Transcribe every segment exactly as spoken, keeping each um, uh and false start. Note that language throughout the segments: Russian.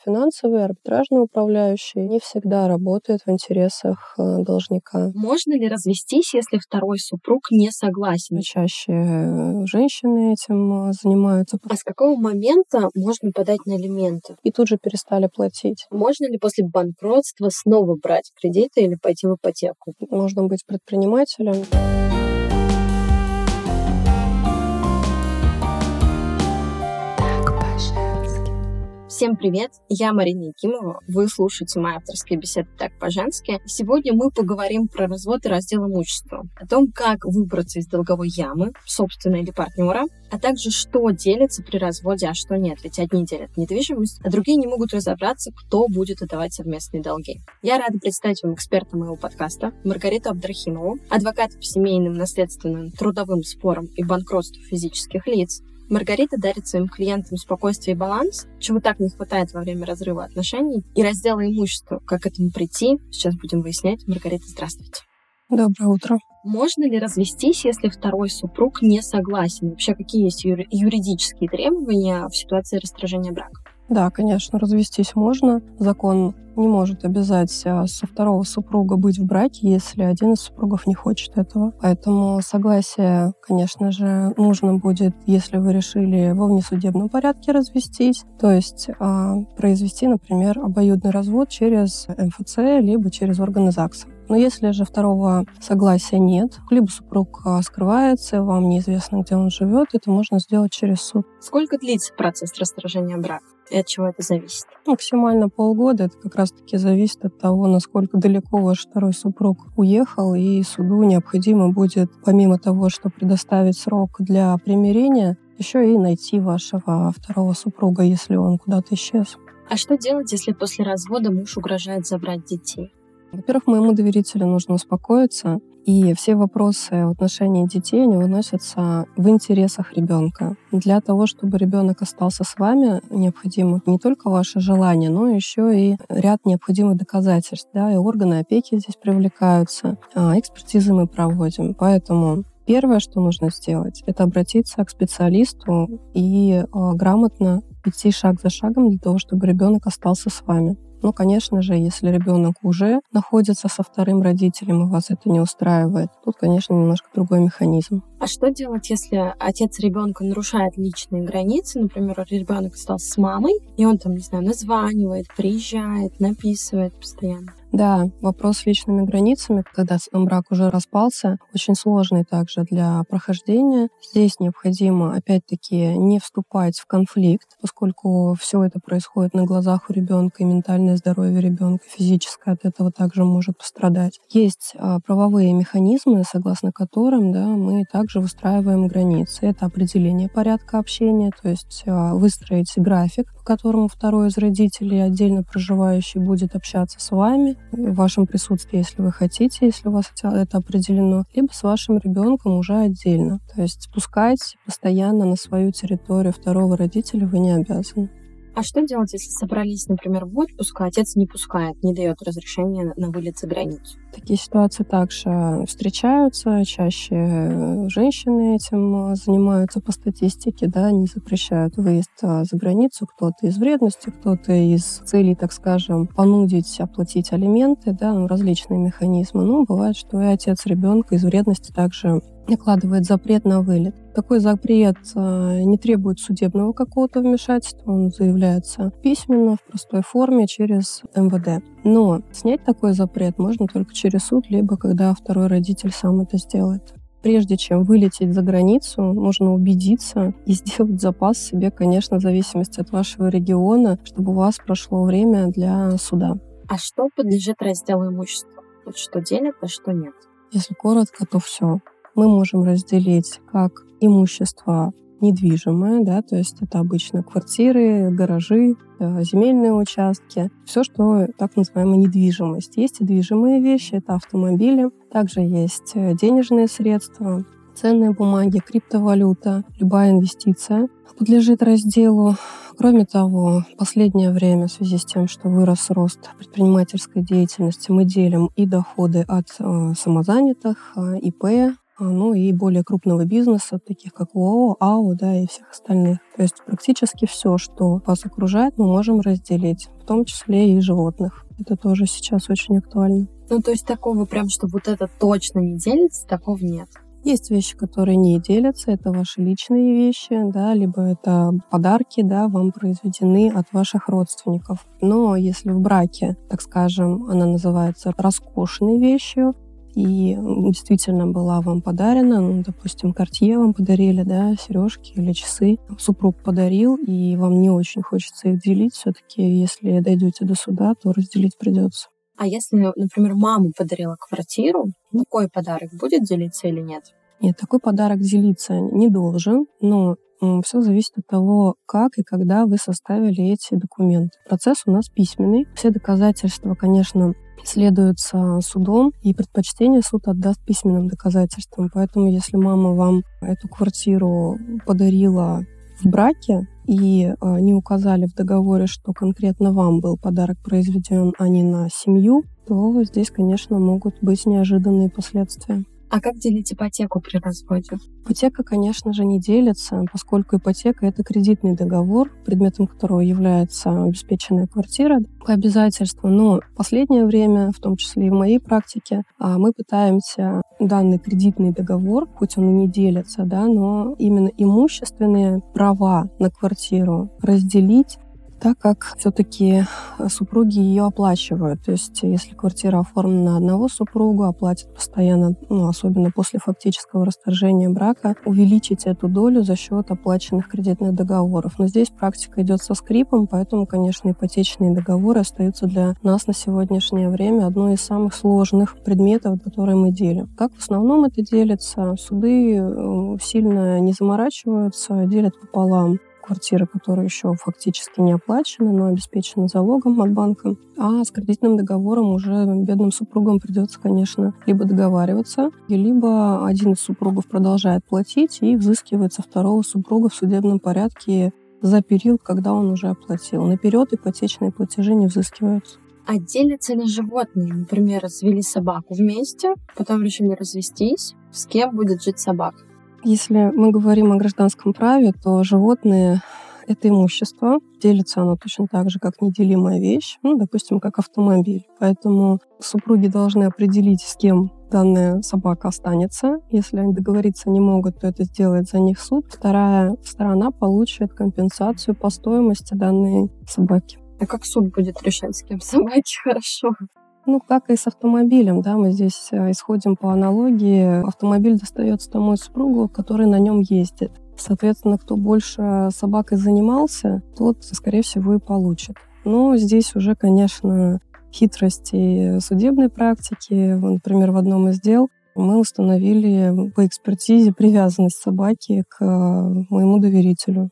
Финансовый, арбитражный управляющий не всегда работает в интересах э, должника. Можно ли развестись, если второй супруг не согласен? Чаще э, женщины этим э, занимаются. А с какого момента можно подать на алименты? И тут же перестали платить. Можно ли после банкротства снова брать кредиты или пойти в ипотеку? Можно быть предпринимателем. Всем привет, я Марина Якимова, вы слушаете мои авторские беседы «Так по-женски». Сегодня мы поговорим про развод и раздел имущества, о том, как выбраться из долговой ямы, собственной или партнера, а также что делится при разводе, а что нет, ведь одни делят недвижимость, а другие не могут разобраться, кто будет отдавать совместные долги. Я рада представить вам эксперта моего подкаста Маргариту Абдрахимову, адвоката по семейным, наследственным, трудовым спорам и банкротству физических лиц. Маргарита дарит своим клиентам спокойствие и баланс, чего так не хватает во время разрыва отношений, и раздела имущества. Как к этому прийти, сейчас будем выяснять. Маргарита, здравствуйте. Доброе утро. Можно ли развестись, если второй супруг не согласен? Вообще, какие есть юри- юридические требования в ситуации расторжения брака? Да, конечно, развестись можно. Закон не может обязать со второго супруга быть в браке, если один из супругов не хочет этого. Поэтому согласие, конечно же, нужно будет, если вы решили во внесудебном порядке развестись, то есть э, произвести, например, обоюдный развод через эм эф цэ либо через органы ЗАГСа. Но если же второго согласия нет, либо супруг скрывается, вам неизвестно, где он живет, это можно сделать через суд. Сколько длится процесс расторжения брака? И от чего это зависит? Максимально полгода. Это как раз-таки зависит от того, насколько далеко ваш второй супруг уехал, и суду необходимо будет, помимо того, что предоставить срок для примирения, еще и найти вашего второго супруга, если он куда-то исчез. А что делать, если после развода муж угрожает забрать детей? Во-первых, моему доверителю нужно успокоиться, и все вопросы в отношении детей, они выносятся в интересах ребенка. Для того, чтобы ребенок остался с вами, необходимо не только ваше желание, но еще и ряд необходимых доказательств. Да, и органы опеки здесь привлекаются, а экспертизы мы проводим. Поэтому первое, что нужно сделать, это обратиться к специалисту и э, грамотно идти шаг за шагом для того, чтобы ребенок остался с вами. Ну, конечно же, если ребенок уже находится со вторым родителем, и вас это не устраивает, тут, конечно, немножко другой механизм. А что делать, если отец ребенка нарушает личные границы? Например, ребенок остался с мамой, и он там, не знаю, названивает, приезжает, написывает постоянно. Да, вопрос с личными границами, когда брак уже распался, очень сложный также для прохождения. Здесь необходимо, опять-таки, не вступать в конфликт, поскольку все это происходит на глазах у ребенка, и ментальное здоровье ребенка, физическое от этого также может пострадать. Есть а, правовые механизмы, согласно которым, да, мы также выстраиваем границы. Это определение порядка общения, то есть а, выстроить график, по которому второй из родителей, отдельно проживающий, будет общаться с вами, в вашем присутствии, если вы хотите, если у вас это определено, либо с вашим ребенком уже отдельно. То есть спускать постоянно на свою территорию второго родителя вы не обязаны. А что делать, если собрались, например, в отпуск, а отец не пускает, не дает разрешения на вылет за границу? Такие ситуации также встречаются. Чаще женщины этим занимаются по статистике, да, не запрещают выезд за границу. Кто-то из вредности, кто-то из целей, так скажем, понудить оплатить алименты, да, различные механизмы. Но бывает, что и отец ребенка из вредности также накладывает запрет на вылет. Такой запрет не требует судебного какого-то вмешательства, он заявляется письменно, в простой форме, через эм вэ дэ. Но снять такой запрет можно только через суд, либо когда второй родитель сам это сделает. Прежде чем вылететь за границу, нужно убедиться и сделать запас себе, конечно, в зависимости от вашего региона, чтобы у вас прошло время для суда. А что подлежит разделу имущества? Вот что делят, а что нет? Если коротко, то все. Мы можем разделить как имущество недвижимое, да, то есть это обычно квартиры, гаражи, земельные участки, все, что так называемая недвижимость. Есть и движимые вещи, это автомобили, также есть денежные средства, ценные бумаги, криптовалюта, любая инвестиция подлежит разделу. Кроме того, в последнее время в связи с тем, что вырос рост предпринимательской деятельности, мы делим и доходы от э, самозанятых, э, и пэ, а, ну и более крупного бизнеса, таких как ООО, АО, да, и всех остальных. То есть практически все, что вас окружает, мы можем разделить, в том числе и животных. Это тоже сейчас очень актуально. Ну, то есть такого прям, что вот это точно не делится, такого нет? Есть вещи, которые не делятся, это ваши личные вещи, да, либо это подарки, да, вам произведены от ваших родственников. Но если в браке, так скажем, она называется роскошной вещью, и действительно была вам подарена, ну, допустим, Cartier вам подарили, да, сережки или часы, супруг подарил, и вам не очень хочется их делить, все-таки, если дойдете до суда, то разделить придется. А если, например, мама подарила квартиру, такой подарок будет делиться или нет? Нет, такой подарок делиться не должен, но все зависит от того, как и когда вы составили эти документы. Процесс у нас письменный. Все доказательства, конечно, исследуются судом, и предпочтение суд отдаст письменным доказательствам. Поэтому если мама вам эту квартиру подарила в браке, и э, не указали в договоре, что конкретно вам был подарок произведен, а не на семью, то здесь, конечно, могут быть неожиданные последствия. А как делить ипотеку при разводе? Ипотека, конечно же, не делится, поскольку ипотека — это кредитный договор, предметом которого является обеспеченная квартира по обязательству. Но в последнее время, в том числе и в моей практике, мы пытаемся данный кредитный договор, хоть он и не делится, да, но именно имущественные права на квартиру разделить, так как все-таки супруги ее оплачивают. То есть если квартира оформлена на одного супруга, оплатят постоянно, ну, особенно после фактического расторжения брака, увеличить эту долю за счет оплаченных кредитных договоров. Но здесь практика идет со скрипом, поэтому, конечно, ипотечные договоры остаются для нас на сегодняшнее время одной из самых сложных предметов, которые мы делим. Как в основном это делится? Суды сильно не заморачиваются, делят пополам квартиры, которые еще фактически не оплачены, но обеспечены залогом от банка. А с кредитным договором уже бедным супругам придется, конечно, либо договариваться, либо один из супругов продолжает платить и взыскивает со второго супруга в судебном порядке за период, когда он уже оплатил. Наперед ипотечные платежи не взыскиваются. А делятся ли животные? Например, развели собаку вместе, потом решили развестись. С кем будет жить собака? Если мы говорим о гражданском праве, то животные — это имущество. Делится оно точно так же, как неделимая вещь, ну, допустим, как автомобиль. Поэтому супруги должны определить, с кем данная собака останется. Если они договориться не могут, то это сделает за них суд. Вторая сторона получит компенсацию по стоимости данной собаки. А как суд будет решать, с кем собаке хорошо? Ну, как и с автомобилем, да, мы здесь исходим по аналогии. Автомобиль достается тому супругу, который на нем ездит. Соответственно, кто больше собакой занимался, тот, скорее всего, и получит. Но здесь уже, конечно, хитрости судебной практики. Например, в одном из дел мы установили по экспертизе привязанность собаки к моему доверителю.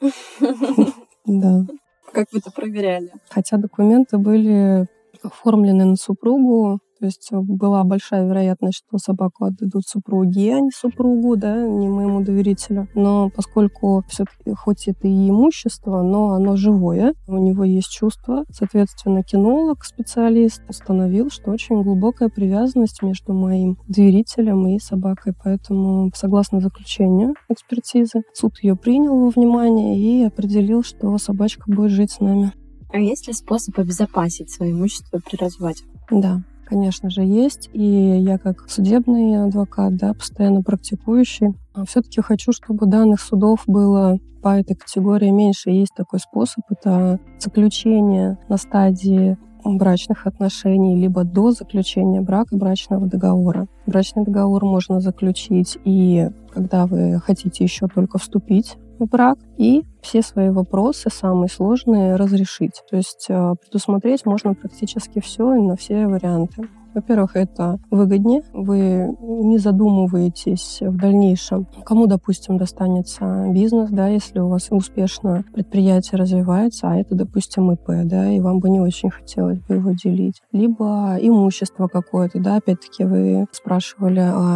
Да. Как вы это проверяли? Хотя документы были оформлены на супругу, то есть была большая вероятность, что собаку отдадут супруге, а не супругу, да, не моему доверителю. Но поскольку все-таки хоть это и имущество, но оно живое, у него есть чувства, соответственно, кинолог, специалист, установил, что очень глубокая привязанность между моим доверителем и собакой. Поэтому, согласно заключению экспертизы, суд ее принял во внимание и определил, что собачка будет жить с нами. А есть ли способ обезопасить свое имущество при разводе? Да, конечно же, есть. И я как судебный адвокат, да, постоянно практикующий, все-таки хочу, чтобы данных судов было по этой категории меньше. Есть такой способ. Это заключение на стадии брачных отношений, либо до заключения брака брачного договора. Брачный договор можно заключить и когда вы хотите еще только вступить в брак, и все свои вопросы, самые сложные, разрешить. То есть предусмотреть можно практически все и на все варианты. Во-первых, это выгоднее. Вы не задумываетесь в дальнейшем, кому, допустим, достанется бизнес, да, если у вас успешно предприятие развивается, а это, допустим, ИП, да, и вам бы не очень хотелось бы его делить. Либо имущество какое-то, да, опять-таки вы спрашивали о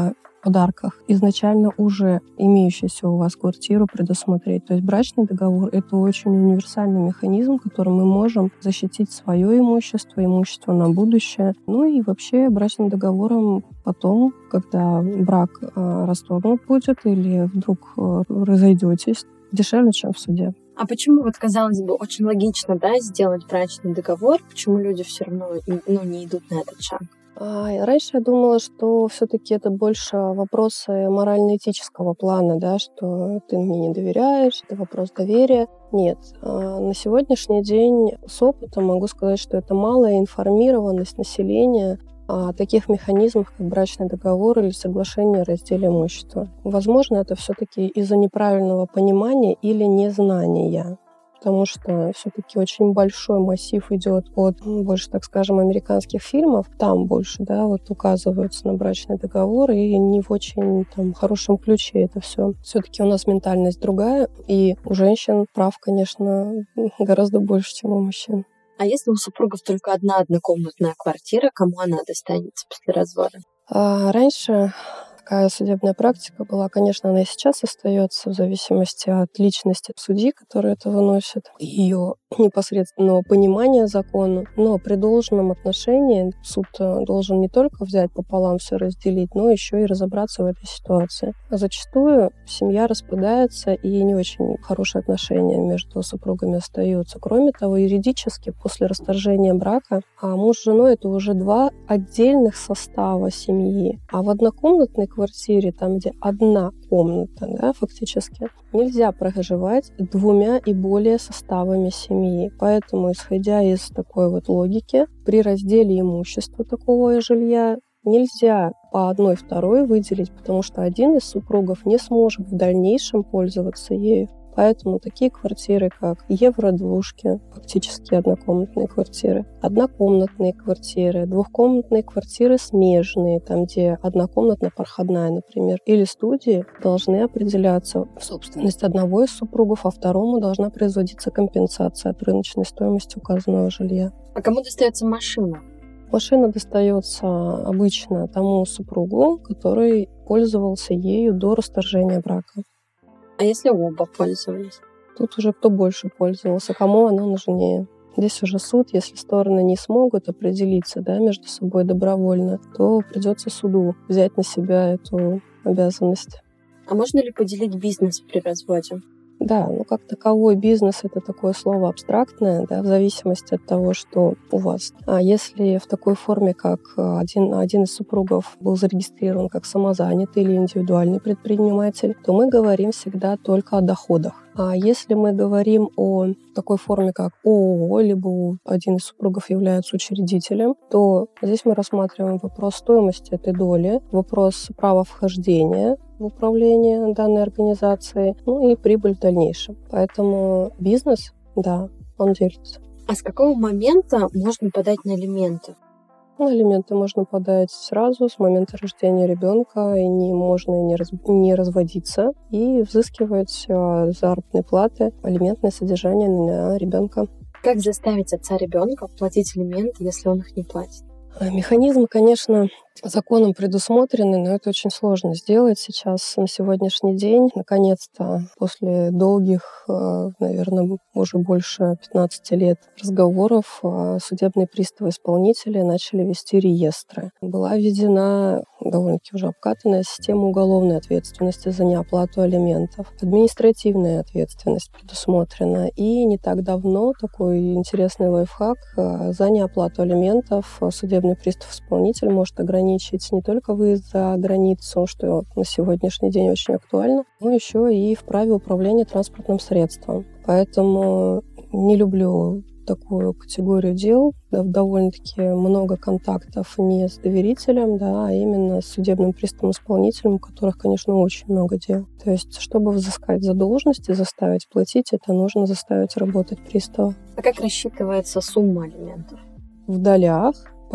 подарках изначально уже имеющуюся у вас квартиру предусмотреть. То есть брачный договор — это очень универсальный механизм, которым мы можем защитить свое имущество, имущество на будущее. Ну и вообще брачным договором потом, когда брак э, расторгнут будет или вдруг э, разойдетесь, дешевле, чем в суде. А почему, вот казалось бы, очень логично, да, сделать брачный договор, почему люди все равно, ну, не идут на этот шаг? А, Раньше я думала, что все-таки это больше вопросы морально-этического плана, да, что ты мне не доверяешь, это вопрос доверия. Нет, а, на сегодняшний день с опытом могу сказать, что это малая информированность населения о таких механизмах, как брачный договор или соглашение о разделе имущества. Возможно, это все-таки из-за неправильного понимания или незнания. Потому что все-таки очень большой массив идет от, больше, так скажем, американских фильмов. Там больше, да, вот указываются на брачный договор, и не в очень там хорошем ключе это все. Все-таки у нас ментальность другая, и у женщин прав, конечно, гораздо больше, чем у мужчин. А если у супругов только одна однокомнатная квартира, кому она достанется после развода? А раньше такая судебная практика была, конечно, она и сейчас остается в зависимости от личности судьи, который это выносит, и ее непосредственного понимания закона. Но при должном отношении суд должен не только взять пополам все разделить, но еще и разобраться в этой ситуации. А зачастую семья распадается, и не очень хорошие отношения между супругами остаются. Кроме того, юридически после расторжения брака а муж с женой — это уже два отдельных состава семьи. А в однокомнатной квартире, там, где одна комната, да, фактически, нельзя проживать двумя и более составами семьи. Поэтому, исходя из такой вот логики, при разделе имущества такого жилья нельзя по одной второй выделить, потому что один из супругов не сможет в дальнейшем пользоваться ею. Поэтому такие квартиры, как евродвушки, фактически однокомнатные квартиры, однокомнатные квартиры, двухкомнатные квартиры смежные, там, где однокомнатная проходная, например, или студии, должны определяться в собственность одного из супругов, а второму должна производиться компенсация от рыночной стоимости указанного жилья. А кому достается машина? Машина достается обычно тому супругу, который пользовался ею до расторжения брака. А если оба пользовались? Тут уже кто больше пользовался, кому она нужнее. Здесь уже суд, если стороны не смогут определиться, да, между собой добровольно, то придется суду взять на себя эту обязанность. А можно ли поделить бизнес при разводе? Да, ну как таковой бизнес — это такое слово абстрактное, да, в зависимости от того, что у вас. А если в такой форме, как один, один из супругов был зарегистрирован как самозанятый или индивидуальный предприниматель, то мы говорим всегда только о доходах. А если мы говорим о такой форме, как ООО, либо один из супругов является учредителем, то здесь мы рассматриваем вопрос стоимости этой доли, вопрос права вхождения в управление данной организацией, ну и прибыль в дальнейшем. Поэтому бизнес, да, он делится. А с какого момента можно подать на алименты? На алименты можно подать сразу, с момента рождения ребенка, и не можно и не, раз, не разводиться, и взыскивать э, заработной платы, алиментное содержание на ребенка. Как заставить отца ребенка платить алименты, если он их не платит? Механизмы, конечно, законом предусмотрены, но это очень сложно сделать сейчас, на сегодняшний день. Наконец-то, после долгих, наверное, уже больше пятнадцати лет разговоров, судебные приставы-исполнители начали вести реестры. Была введена довольно-таки уже обкатанная система уголовной ответственности за неоплату алиментов. Административная ответственность предусмотрена. И не так давно такой интересный лайфхак: за неоплату алиментов судебный пристав-исполнитель может ограничить не только выезд за границу, что на сегодняшний день очень актуально, но еще и в праве управления транспортным средством. Поэтому не люблю такую категорию дел. Довольно-таки много контактов не с доверителем, да, а именно с судебным приставом-исполнителем, у которых, конечно, очень много дел. То есть, чтобы взыскать задолженность и заставить платить, это нужно заставить работать пристава. А как рассчитывается сумма алиментов? В долях.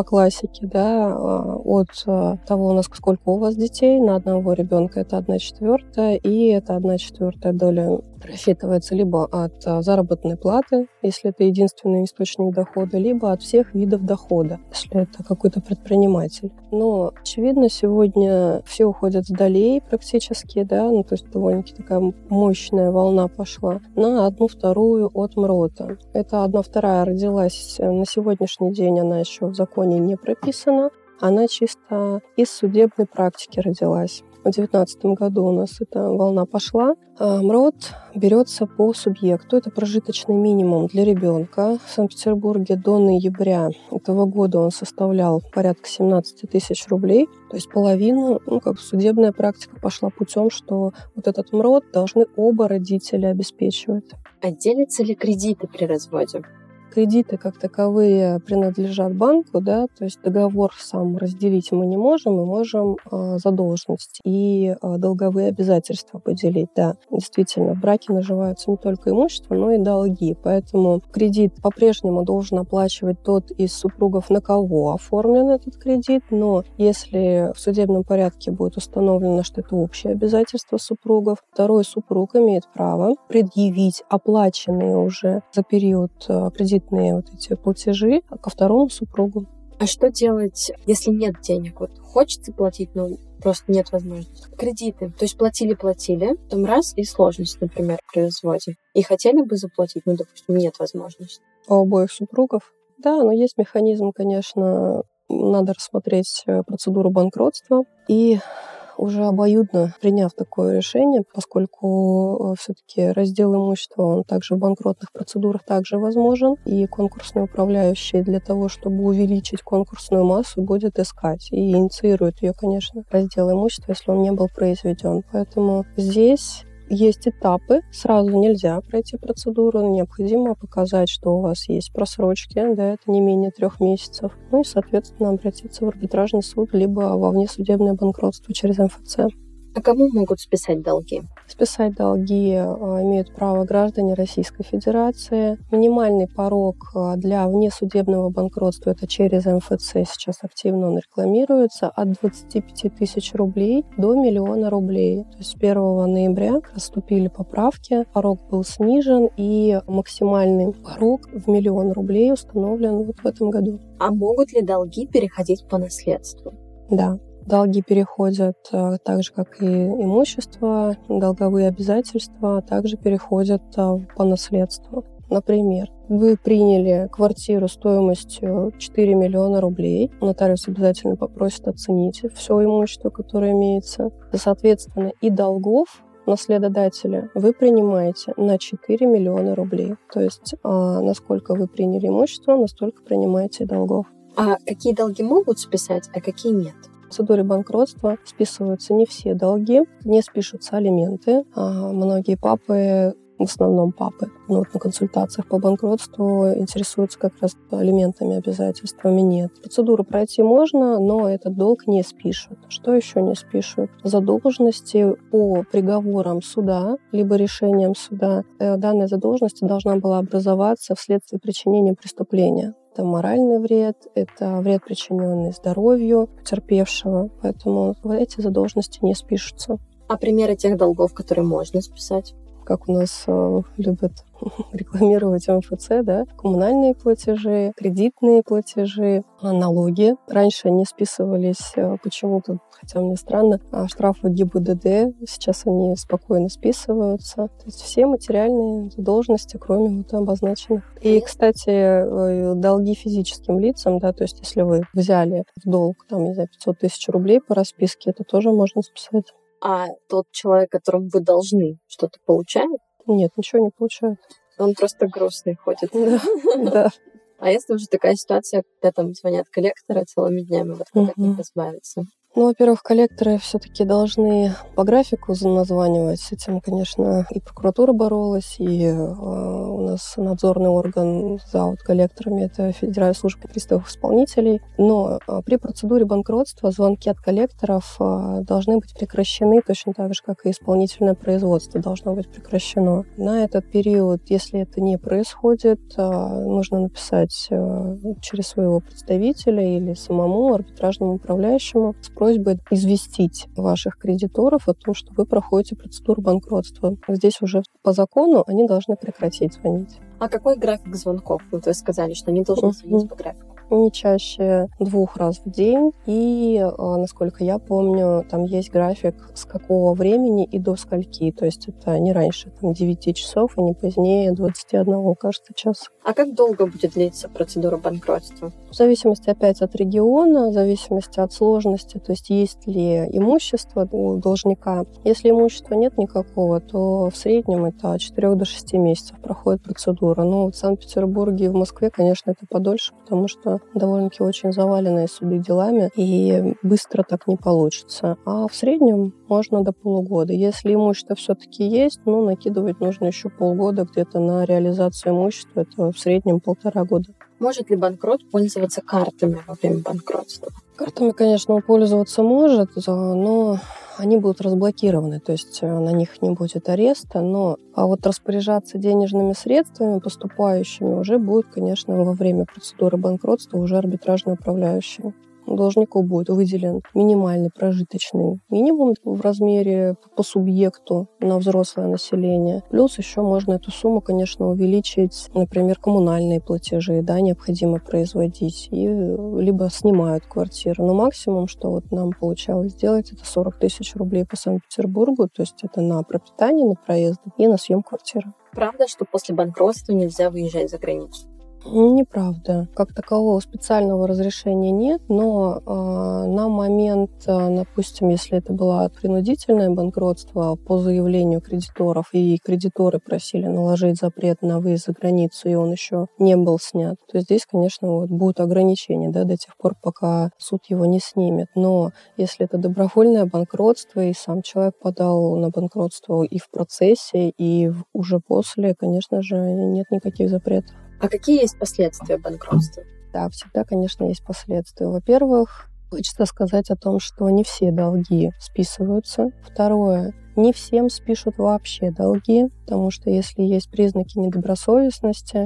по классике, да, от того, насколько у вас детей, на одного ребенка это одна четвертая, и это одна четвертая доля рассчитывается либо от заработной платы, если это единственный источник дохода, либо от всех видов дохода, если это какой-то предприниматель. Но, очевидно, сегодня все уходят с долей практически, да, ну, то есть довольно-таки такая мощная волна пошла на одну вторую от МРОТа. Это одна вторая родилась на сегодняшний день, она еще в законе не прописана, она чисто из судебной практики родилась. В две тысячи девятнадцатом году у нас эта волна пошла. МРОТ берется по субъекту. Это прожиточный минимум для ребенка. В Санкт-Петербурге до ноября этого года он составлял порядка семнадцать тысяч рублей. То есть половину, ну, как судебная практика пошла путем, что вот этот МРОТ должны оба родителя обеспечивать. А делятся ли кредиты при разводе? Кредиты как таковые принадлежат банку, да, то есть договор сам разделить мы не можем, мы можем э, задолженность и э, долговые обязательства поделить, да. Действительно, в браке наживаются не только имущество, но и долги, поэтому кредит по-прежнему должен оплачивать тот из супругов, на кого оформлен этот кредит, но если в судебном порядке будет установлено, что это общее обязательство супругов, второй супруг имеет право предъявить оплаченные уже за период э, кредита вот эти платежи ко второму супругу. А что делать, если нет денег? Вот хочется платить, но просто нет возможности. Кредиты. То есть платили-платили, потом раз, и сложность, например, при разводе. И хотели бы заплатить, но, допустим, нет возможности. У обоих супругов? Да, но есть механизм, конечно, надо рассмотреть процедуру банкротства. И уже обоюдно приняв такое решение, поскольку все-таки раздел имущества, он также в банкротных процедурах также возможен, и конкурсный управляющий для того, чтобы увеличить конкурсную массу, будет искать и инициирует ее, конечно, раздел имущества, если он не был произведен. Поэтому здесь есть этапы, сразу нельзя пройти процедуру, необходимо показать, что у вас есть просрочки, да, это не менее трех месяцев, ну и, соответственно, обратиться в арбитражный суд, либо во внесудебное банкротство через эм эф цэ. А кому могут списать долги? Списать долги имеют право граждане Российской Федерации. Минимальный порог для внесудебного банкротства — это через эм эф цэ, сейчас активно он рекламируется, от двадцати пяти тысяч рублей до миллиона рублей. То есть с первого ноября наступили поправки, порог был снижен, и максимальный порог в миллион рублей установлен вот в этом году. А могут ли долги переходить по наследству? Да. Долги переходят так же, как и имущество, долговые обязательства также переходят по наследству. Например, вы приняли квартиру стоимостью четыре миллиона рублей, нотариус обязательно попросит оценить все имущество, которое имеется. Соответственно, и долгов наследодателя вы принимаете на четыре миллиона рублей. То есть, насколько вы приняли имущество, настолько принимаете и долгов. А какие долги могут списать, а какие нет? В процедуре банкротства списываются не все долги, не спишутся алименты. А многие папы, в основном папы, ну, вот на консультациях по банкротству интересуются как раз алиментами, обязательствами. Нет. Процедуру пройти можно, но этот долг не спишут. Что еще не спишут? Задолженности по приговорам суда, либо решениям суда. Данная задолженность должна была образоваться вследствие причинения преступления. Это моральный вред, это вред, причиненный здоровью потерпевшего. Поэтому эти задолженности не спишутся. А примеры тех долгов, которые можно списать? Как у нас э, любят рекламировать эм эф цэ, да, коммунальные платежи, кредитные платежи, налоги. Раньше они списывались э, почему-то, хотя мне странно, штрафы гэ бэ дэ дэ, сейчас они спокойно списываются. То есть все материальные задолженности, кроме вот обозначенных. И, кстати, долги физическим лицам, да, то есть если вы взяли в долг, там, не знаю, пятьсот тысяч рублей по расписке, это тоже можно списать. А тот человек, которому вы должны, что-то получает? Нет, ничего не получает. Он просто грустный ходит. Да. А если уже такая ситуация, когда там звонят коллекторы целыми днями, вот как от них избавиться? Ну, во-первых, коллекторы все-таки должны по графику названивать. С этим, конечно, и прокуратура боролась, и э, у нас надзорный орган за вот коллекторами — это Федеральная служба приставов исполнителей. Но э, при процедуре банкротства звонки от коллекторов э, должны быть прекращены точно так же, как и исполнительное производство должно быть прекращено. На этот период, если это не происходит, э, нужно написать э, через своего представителя или самому арбитражному управляющему с просьбой известить ваших кредиторов о том, что вы проходите процедуру банкротства. Здесь уже по закону они должны прекратить звонить. А какой график звонков? Вот вы сказали, что они должны звонить по графику. Не чаще двух раз в день. И, насколько я помню, там есть график, с какого времени и до скольки. То есть это не раньше там, девяти часов и не позднее двадцати одного, кажется, часа. А как долго будет длиться процедура банкротства? В зависимости, опять, от региона, в зависимости от сложности, то есть есть ли имущество у должника. Если имущества нет никакого, то в среднем это от четырёх до шести месяцев проходит процедура. Но в Санкт-Петербурге и в Москве, конечно, это подольше, потому что довольно-таки очень заваленные суды делами, и быстро так не получится. А в среднем можно до полугода. Если имущество все-таки есть, ну, накидывать нужно еще полгода где-то на реализацию имущества. Это в среднем полтора года. Может ли банкрот пользоваться картами во время банкротства? Картами, конечно, он пользоваться может, но они будут разблокированы, то есть на них не будет ареста, но а вот распоряжаться денежными средствами, поступающими, уже будет, конечно, во время процедуры банкротства уже арбитражный управляющий. Должнику будет выделен минимальный прожиточный минимум в размере по субъекту на взрослое население. Плюс еще можно эту сумму, конечно, увеличить, например, коммунальные платежи, да, необходимо производить, и либо снимают квартиру. Но максимум, что вот нам получалось сделать, это сорок тысяч рублей по Санкт-Петербургу, то есть это на пропитание, на проезды и на съем квартиры. Правда, что после банкротства нельзя выезжать за границу? Неправда. Как такового специального разрешения нет, но э, на момент, э, допустим, если это было принудительное банкротство по заявлению кредиторов, и кредиторы просили наложить запрет на выезд за границу, и он еще не был снят, то здесь, конечно, вот, будут ограничения, да, до тех пор, пока суд его не снимет. Но если это добровольное банкротство, и сам человек подал на банкротство и в процессе, и уже после, конечно же, нет никаких запретов. А какие есть последствия банкротства? Да, всегда, конечно, есть последствия. Во-первых, хочется сказать о том, что не все долги списываются. Второе, не всем спишут вообще долги, потому что если есть признаки недобросовестности,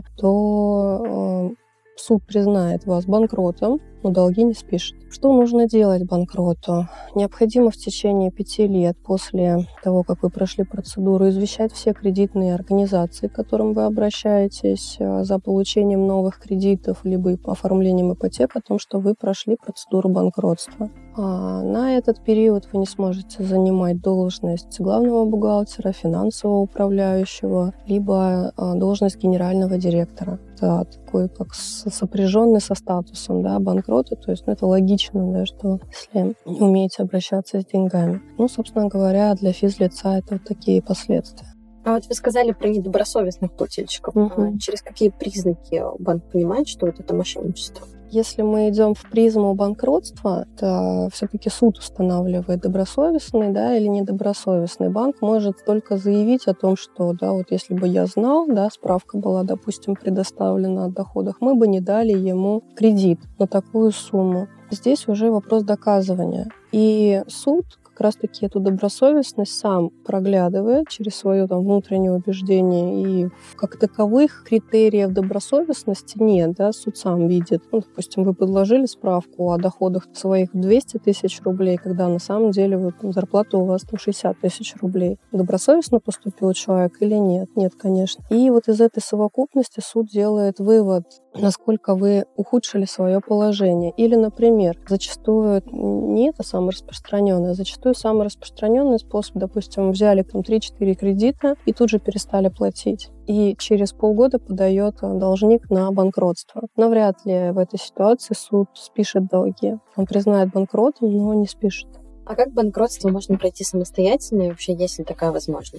то э, суд признает вас банкротом, но долги не спишет. Что нужно делать банкроту? Необходимо в течение пяти лет после того, как вы прошли процедуру, извещать все кредитные организации, к которым вы обращаетесь за получением новых кредитов либо оформлением ипотек, о том, что вы прошли процедуру банкротства. А на этот период вы не сможете занимать должность главного бухгалтера, финансового управляющего, либо должность генерального директора. Это такой, как сопряженный со статусом, да, банкрота. То есть ну, это логично, да, что если не умеете обращаться с деньгами. Ну, собственно говоря, для физлица это вот такие последствия. А вот вы сказали про недобросовестных плательщиков. Угу. Через какие признаки банк понимает, что вот это мошенничество? Если мы идем в призму банкротства, то все-таки суд устанавливает, добросовестный, да, или недобросовестный. Банк может только заявить о том, что, да, вот если бы я знал, да, справка была, допустим, предоставлена о доходах, мы бы не дали ему кредит на такую сумму. Здесь уже вопрос доказывания. И суд как раз-таки эту добросовестность сам проглядывает через свое там, внутреннее убеждение. И как таковых критериев добросовестности нет. Да? Суд сам видит. Ну, допустим, вы подложили справку о доходах своих двести тысяч рублей, когда на самом деле вы, там, зарплата у вас там, шестьдесят тысяч рублей. Добросовестно поступил человек или нет? Нет, конечно. И вот из этой совокупности суд делает вывод, насколько вы ухудшили свое положение. Или, например, зачастую не это самое распространенное, а зачастую самый распространенный способ, допустим, взяли там три-четыре кредита и тут же перестали платить. И через полгода подает должник на банкротство. Но вряд ли в этой ситуации суд спишет долги. Он признает банкротом, но не спишет. А как банкротство можно пройти самостоятельно и вообще есть ли такая возможность?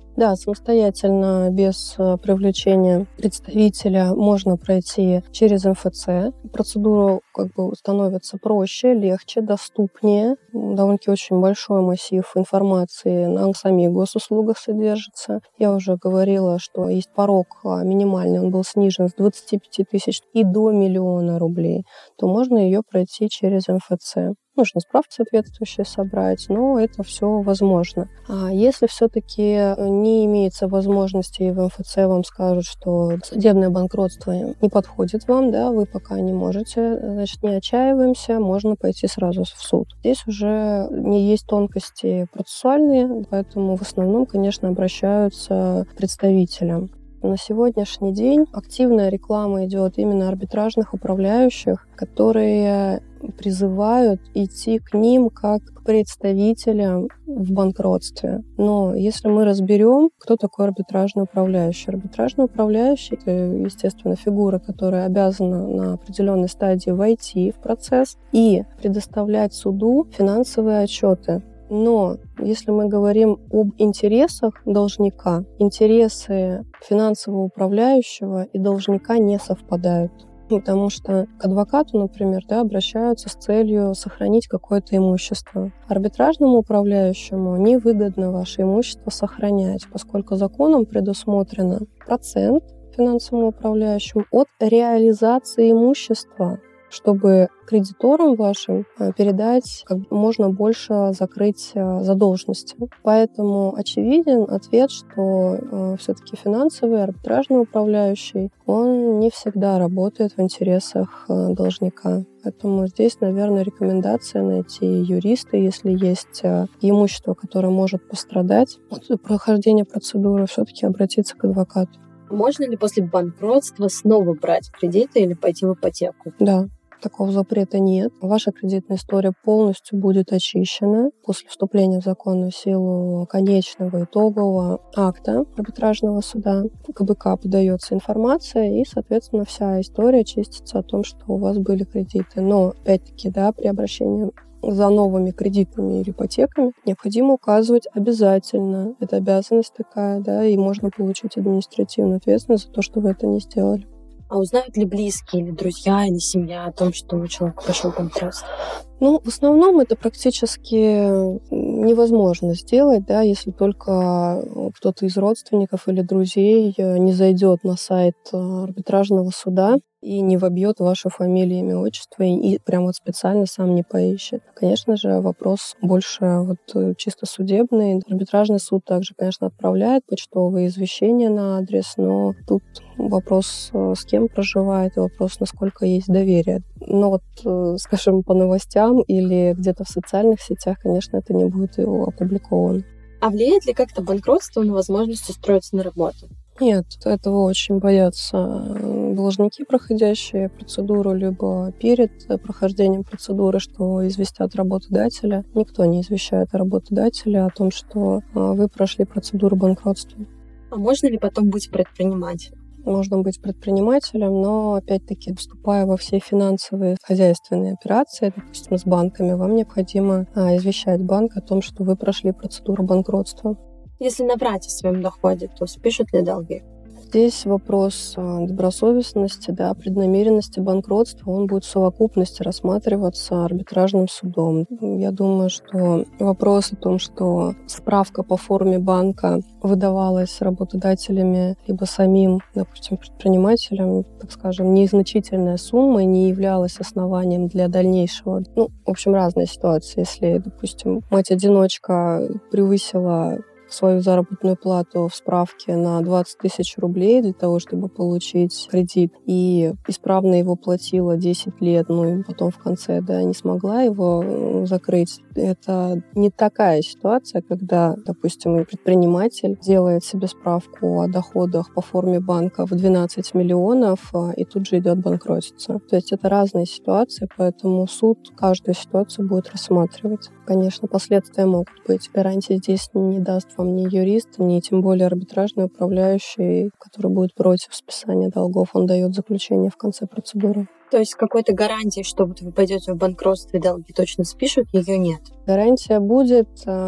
Да, самостоятельно, без э, привлечения представителя, можно пройти через эм эф цэ. Процедура как бы становится проще, легче, доступнее. Довольно-таки очень большой массив информации на самих госуслугах содержится. Я уже говорила, что есть порог а, минимальный, он был снижен с двадцати пяти тысяч и до миллиона рублей, то можно ее пройти через эм эф цэ. Нужно справки соответствующие собрать, но это все возможно. А если все-таки не имеется возможности, и в эм эф цэ вам скажут, что судебное банкротство не подходит вам, да, вы пока не можете, значит, не отчаиваемся, можно пойти сразу в суд. Здесь уже не есть тонкости процессуальные, поэтому в основном, конечно, обращаются к представителям. На сегодняшний день активная реклама идет именно арбитражных управляющих, которые призывают идти к ним как к представителям в банкротстве. Но если мы разберем, кто такой арбитражный управляющий? Арбитражный управляющий — это, естественно, фигура, которая обязана на определенной стадии войти в процесс и предоставлять суду финансовые отчеты. Но если мы говорим об интересах должника, интересы финансового управляющего и должника не совпадают. Потому что к адвокату, например, да, обращаются с целью сохранить какое-то имущество. Арбитражному управляющему невыгодно ваше имущество сохранять, поскольку законом предусмотрено процент финансовому управляющему от реализации имущества, чтобы кредиторам вашим передать как можно больше закрыть задолженности. Поэтому очевиден ответ, что э, все-таки финансовый арбитражный управляющий, он не всегда работает в интересах э, должника. Поэтому здесь, наверное, рекомендация найти юриста, если есть э, имущество, которое может пострадать от прохождения процедуры, все-таки обратиться к адвокату. Можно ли после банкротства снова брать кредиты или пойти в ипотеку? Да. Такого запрета нет. Ваша кредитная история полностью будет очищена после вступления в законную силу конечного итогового акта арбитражного суда. ка бэ ка подается информация, и, соответственно, вся история чистится о том, что у вас были кредиты. Но, опять-таки, да, при обращении за новыми кредитами или ипотеками необходимо указывать обязательно. Это обязанность такая, да, и можно получить административную ответственность за то, что вы это не сделали. А узнают ли близкие, или друзья, или семья о том, что человек пошел в банкротство? Ну, в основном это практически невозможно сделать, да, если только кто-то из родственников или друзей не зайдет на сайт арбитражного суда и не вобьет вашу фамилию, имя, отчество, и, и прям вот специально сам не поищет. Конечно же, вопрос больше вот чисто судебный. Арбитражный суд также, конечно, отправляет почтовые извещения на адрес, но тут вопрос, с кем проживает, и вопрос, насколько есть доверие. Но вот, скажем, по новостям или где-то в социальных сетях, конечно, это не будет опубликовано. А влияет ли как-то банкротство на возможность устроиться на работу? Нет, этого очень боятся должники, проходящие процедуру, либо перед прохождением процедуры, что известят работодателя. Никто не извещает работодателя о том, что вы прошли процедуру банкротства. А можно ли потом быть предпринимателем? Можно быть предпринимателем, но, опять-таки, вступая во все финансовые хозяйственные операции, допустим, с банками, вам необходимо а, извещать банк о том, что вы прошли процедуру банкротства. Если наврать о своем доходе, то спишут ли долги? Здесь вопрос добросовестности, да, преднамеренности банкротства, он будет в совокупности рассматриваться арбитражным судом. Я думаю, что вопрос о том, что справка по форме банка выдавалась работодателями либо самим, допустим, предпринимателям, так скажем, незначительная сумма не являлась основанием для дальнейшего. Ну, в общем, разные ситуации. Если, допустим, мать-одиночка превысила свою заработную плату в справке на двадцать тысяч рублей для того, чтобы получить кредит, и исправно его платила десять лет, ну и потом в конце, да, не смогла его закрыть. Это не такая ситуация, когда, допустим, предприниматель делает себе справку о доходах по форме банка в двенадцать миллионов и тут же идет банкротиться. То есть это разные ситуации, поэтому суд каждую ситуацию будет рассматривать. Конечно, последствия могут быть. Гарантии здесь не даст вам ни юрист, ни тем более арбитражный управляющий, который будет против списания долгов. Он дает заключение в конце процедуры. То есть какой-то гарантии, что вот вы пойдете в банкротство и долги точно спишут, ее нет? Гарантия будет,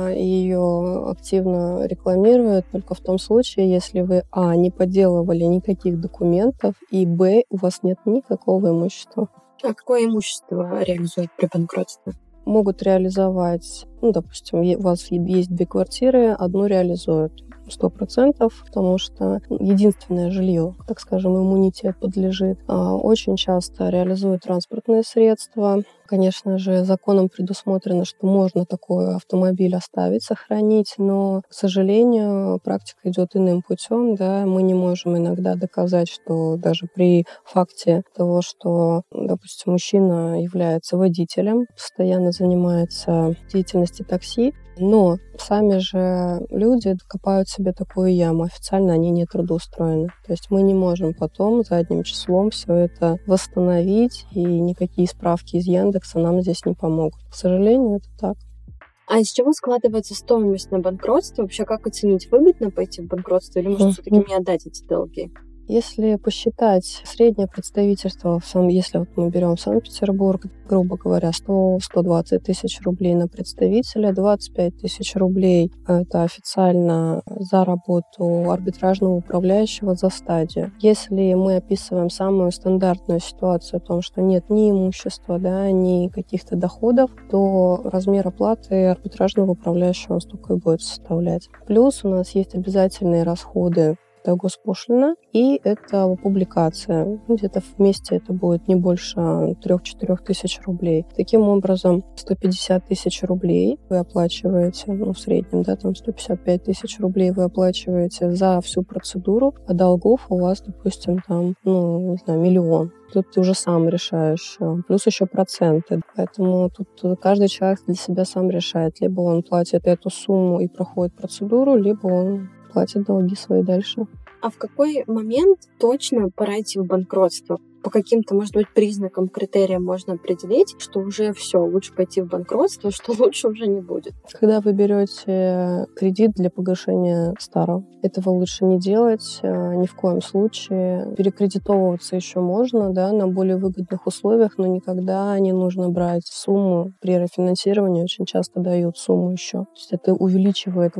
ее активно рекламируют только в том случае, если вы, а, не подделывали никаких документов, и, б, у вас нет никакого имущества. А какое имущество реализуют при банкротстве? Могут реализовать, ну, допустим, у вас есть две квартиры, одну реализуют сто процентов, потому что единственное жилье, так скажем, иммунитет подлежит. Очень часто реализуют транспортные средства. Конечно же, законом предусмотрено, что можно такой автомобиль оставить, сохранить, но, к сожалению, практика идет иным путем. Да? Мы не можем иногда доказать, что даже при факте того, что, допустим, мужчина является водителем, постоянно занимается деятельностью такси, но сами же люди копают себе такую яму. Официально они не трудоустроены. То есть мы не можем потом задним числом все это восстановить, и никакие справки из Яндекса нам здесь не помогут. К сожалению, это так. А из чего складывается стоимость на банкротство? Вообще, как оценить, выгодно пойти в банкротство или, может, все-таки не отдать эти долги? Если посчитать среднее представительство, если вот мы берем Санкт-Петербург, грубо говоря, сто - сто двадцать тысяч рублей на представителя, двадцать пять тысяч рублей — это официально за работу арбитражного управляющего за стадию. Если мы описываем самую стандартную ситуацию о том, что нет ни имущества, да, ни каких-то доходов, то размер оплаты арбитражного управляющего столько и будет составлять. Плюс у нас есть обязательные расходы. Это госпошлина, и это публикация. Где-то вместе это будет не больше трех-четырех тысяч рублей. Таким образом, сто пятьдесят тысяч рублей вы оплачиваете, ну, в среднем, да, там сто пятьдесят пять тысяч рублей вы оплачиваете за всю процедуру, а долгов у вас, допустим, там, ну, не знаю, миллион. Тут ты уже сам решаешь. Плюс еще проценты. Поэтому тут каждый человек для себя сам решает. Либо он платит эту сумму и проходит процедуру, либо он платит долги свои дальше. А в какой момент точно пора идти в банкротство? По каким-то, может быть, признакам, критериям можно определить, что уже все, лучше пойти в банкротство, что лучше уже не будет. Когда вы берете кредит для погашения старого, этого лучше не делать ни в коем случае. Перекредитовываться еще можно, да, на более выгодных условиях, но никогда не нужно брать сумму. При рефинансировании очень часто дают сумму еще. То есть это увеличивает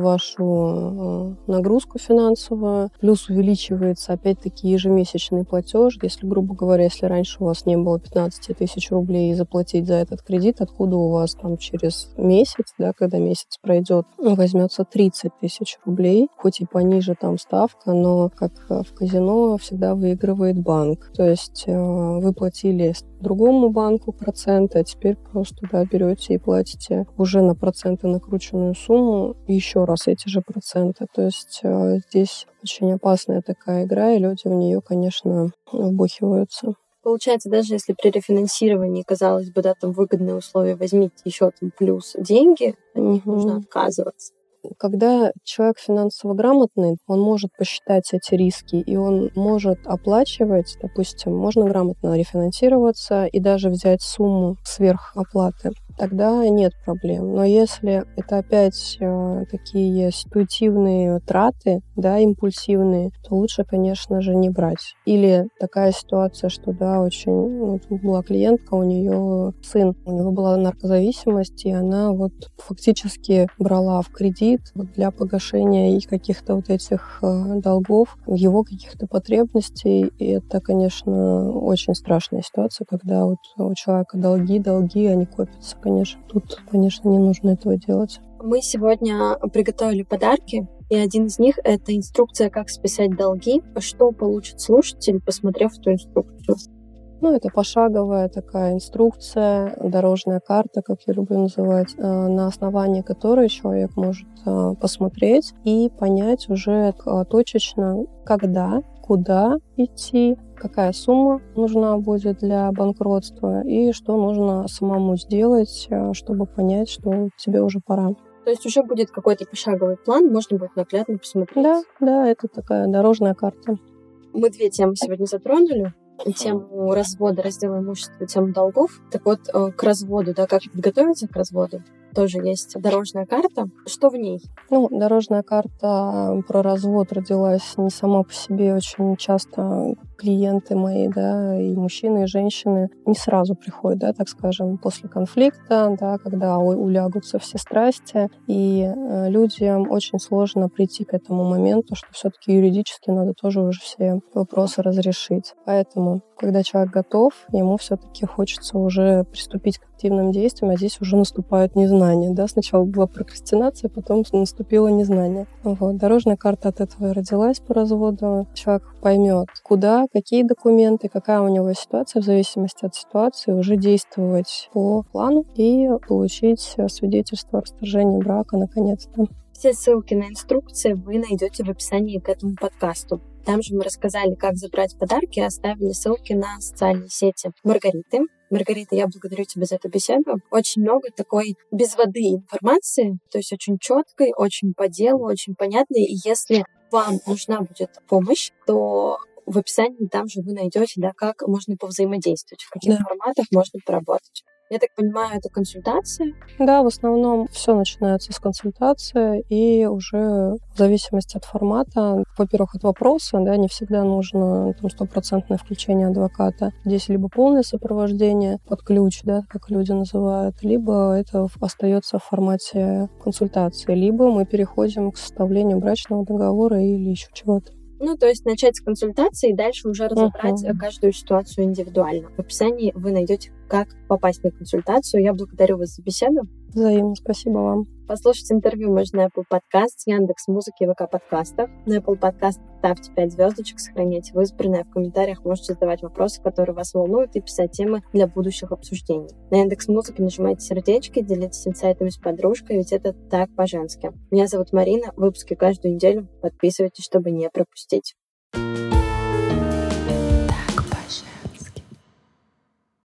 вашу нагрузку финансовую, плюс увеличивается опять-таки ежемесячный платеж. Если, грубо говоря, если раньше у вас не было пятнадцать тысяч рублей и заплатить за этот кредит, откуда у вас там через месяц, да, когда месяц пройдет, возьмется тридцать тысяч рублей, хоть и пониже там ставка, но как в казино всегда выигрывает банк. То есть вы платили другому банку проценты, а теперь просто, да, берете и платите уже на проценты накрученную сумму, и еще раз эти же проценты. То есть здесь очень опасная такая игра, и люди в нее, конечно, вбухиваются. Получается, даже если при рефинансировании, казалось бы, да, там выгодные условия, возьмите еще там плюс деньги, от них Угу. нужно отказываться. Когда человек финансово грамотный, он может посчитать эти риски, и он может оплачивать, допустим, можно грамотно рефинансироваться и даже взять сумму сверх оплаты. Тогда нет проблем. Но если это опять э, такие ситуативные траты, да, импульсивные, то лучше, конечно же, не брать. Или такая ситуация, что, да, очень... Ну, была клиентка, у нее сын, у него была наркозависимость, и она вот фактически брала в кредит вот для погашения их каких-то вот этих э, долгов, его каких-то потребностей. И это, конечно, очень страшная ситуация, когда вот у человека долги, долги, они копятся. Конечно, тут, конечно, не нужно этого делать. Мы сегодня приготовили подарки, и один из них — это инструкция, как списать долги. Что получит слушатель, посмотрев эту инструкцию? Ну, это пошаговая такая инструкция, дорожная карта, как я люблю называть, на основании которой человек может посмотреть и понять уже точечно, когда, куда идти, какая сумма нужна будет для банкротства и что нужно самому сделать, чтобы понять, что тебе уже пора. То есть уже будет какой-то пошаговый план, можно будет наглядно посмотреть. Да, да, это такая дорожная карта. Мы две темы сегодня затронули. Тему развода, раздела имущества, тему долгов. Так вот, к разводу, да, как подготовиться к разводу? тоже есть дорожная карта. Что в ней? Ну, дорожная карта про развод родилась не сама по себе. Очень часто клиенты мои, да, и мужчины, и женщины не сразу приходят, да, так скажем, после конфликта, да, когда улягутся все страсти, и э, людям очень сложно прийти к этому моменту, что все-таки юридически надо тоже уже все вопросы разрешить. Поэтому, когда человек готов, ему все-таки хочется уже приступить к активным действиям, а здесь уже наступает незнание, да, сначала была прокрастинация, потом наступило незнание. Вот. Дорожная карта от этого и родилась по разводу. Человек поймет, куда, какие документы, какая у него ситуация, в зависимости от ситуации, уже действовать по плану и получить свидетельство о расторжении брака наконец-то. Все ссылки на инструкции вы найдете в описании к этому подкасту. Там же мы рассказали, как забрать подарки, и оставили ссылки на социальные сети Маргариты. Маргарита, я благодарю тебя за эту беседу. Очень много такой без воды информации, то есть очень четкой, очень по делу, очень понятной. И если вам нужна будет помощь, то в описании там же вы найдете, да, как можно повзаимодействовать, в каких да. форматах можно поработать. Я так понимаю, это консультация? Да, в основном все начинается с консультации, и уже в зависимости от формата, во-первых, от вопроса, да, не всегда нужно там стопроцентное включение адвоката. Здесь либо полное сопровождение под ключ, да, как люди называют, либо это остается в формате консультации, либо мы переходим к составлению брачного договора или еще чего-то. Ну, то есть начать с консультации и дальше уже разобрать uh-huh. каждую ситуацию индивидуально. В описании вы найдете, как попасть на консультацию. Я благодарю вас за беседу. Взаимно. Спасибо вам. Послушать интервью можно на Apple Podcast, Яндекс.Музыке и ВК подкастах. На Apple Podcast ставьте пять звездочек, сохраняйте в избранное. В комментариях можете задавать вопросы, которые вас волнуют, и писать темы для будущих обсуждений. На Яндекс.Музыке нажимайте сердечки, делитесь инсайтами с подружкой, ведь это так по-женски. Меня зовут Марина. Выпуски каждую неделю. Подписывайтесь, чтобы не пропустить.